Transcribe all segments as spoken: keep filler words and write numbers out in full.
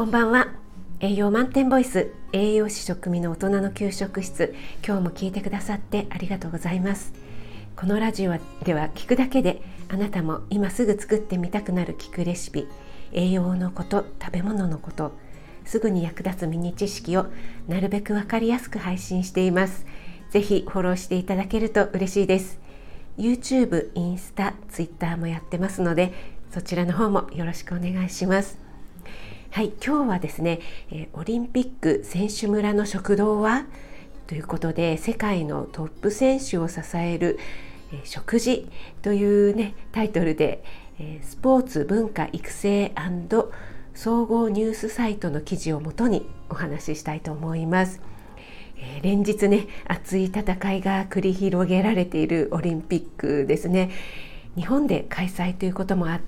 こんばんは。栄養満点ボイス、栄養士食味の大人の給食室。今日も聞いてくださってありがとうございます。このラジオでは聞くだけであなたも今すぐ作ってみたくなる聞くレシピ、栄養のこと、食べ物のこと、すぐに役立つミニ知識をなるべくわかりやすく配信しています。ぜひフォローしていただけると嬉しいです。YouTube、インスタ、Twitter もやってますので、そちらの方もよろしくお願いします。はい、今日はですね、えー、オリンピック選手村の食堂はということで、世界のトップ選手を支える、えー、食事という、ね、タイトルで、えー、スポーツ文化育成&総合ニュースサイトの記事をもとにお話ししたいと思います。えー、連日ね、熱い戦いが繰り広げられているオリンピックですね。日本で開催ということもあって、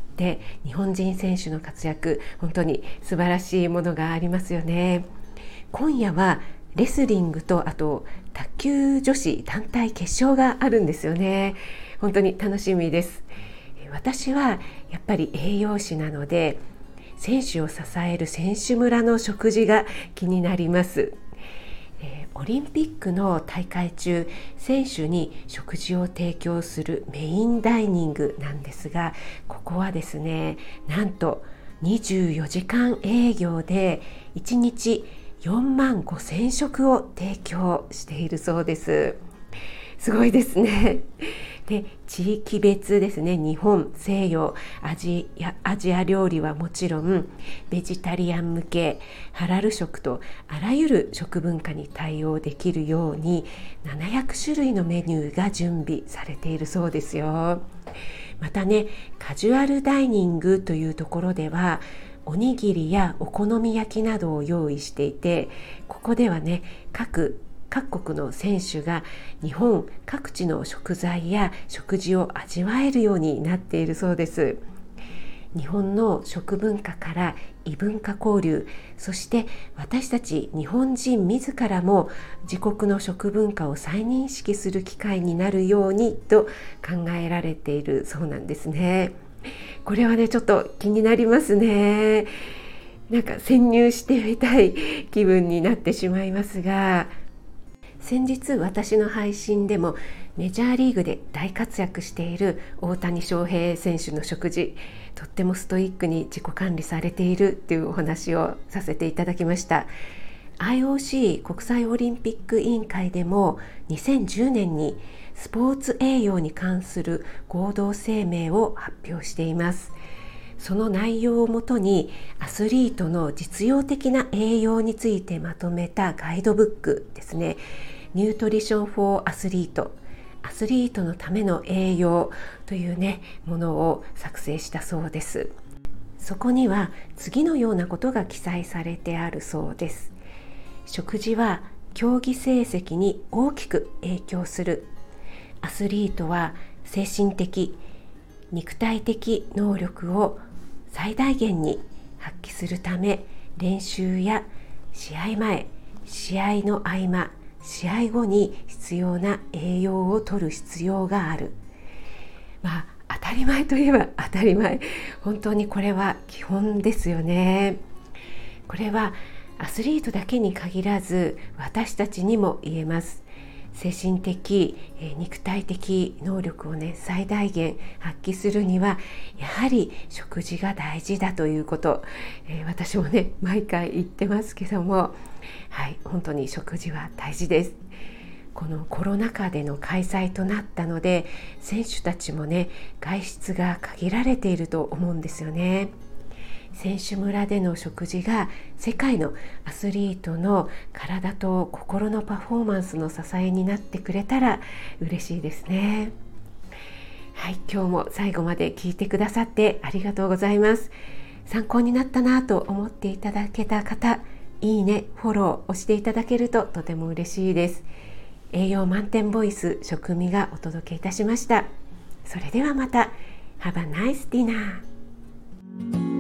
日本人選手の活躍、本当に素晴らしいものがありますよね。今夜はレスリングと、あと卓球女子団体決勝があるんですよね。本当に楽しみです。私はやっぱり栄養士なので、選手を支える選手村の食事が気になります。オリンピックの大会中、選手に食事を提供するメインダイニングなんですが、ここはですね、なんとにじゅうよじかん営業でいちにちよんまんごせんしょくを提供しているそうです。すごいですね。で、地域別ですね、日本、西洋、アジア、アジア料理はもちろん、ベジタリアン向け、ハラル食とあらゆる食文化に対応できるようにななひゃくしゅるいのメニューが準備されているそうですよ。またね、カジュアルダイニングというところでは、おにぎりやお好み焼きなどを用意していて、ここではね、各各国の選手が日本各地の食材や食事を味わえるようになっているそうです。日本の食文化から異文化交流、そして私たち日本人自らも自国の食文化を再認識する機会になるようにと考えられているそうなんですね。これはね、ちょっと気になりますね。なんか潜入してみたい気分になってしまいますが、先日私の配信でもメジャーリーグで大活躍している大谷翔平選手の食事、とってもストイックに自己管理されているっていうお話をさせていただきました。 アイオーシー 国際オリンピック委員会でもにせんじゅうねんにスポーツ栄養に関する合同声明を発表しています。その内容をもとにアスリートの実用的な栄養についてまとめたガイドブックですね。ニュートリション・フォー・アスリート、アスリートのための栄養というね、ものを作成したそうです。そこには次のようなことが記載されてあるそうです。食事は競技成績に大きく影響する。アスリートは精神的、肉体的能力を最大限に発揮するため、練習や試合前、試合の合間、試合後に必要な栄養を摂る必要がある。まあ当たり前といえば当たり前、本当にこれは基本ですよね。これはアスリートだけに限らず私たちにも言えます。精神的、肉体的能力をね、最大限発揮するにはやはり食事が大事だということ、えー、私もね毎回言ってますけども、はい、本当に食事は大事です。このコロナ禍での開催となったので、選手たちもね外出が限られていると思うんですよね。選手村での食事が世界のアスリートの体と心のパフォーマンスの支えになってくれたら嬉しいですね。はい、今日も最後まで聞いてくださってありがとうございます。参考になったなと思っていただけた方、いいね、フォロー押していただけるととても嬉しいです。栄養満点ボイス食味がお届けいたしました。それではまた。Have a nice dinner!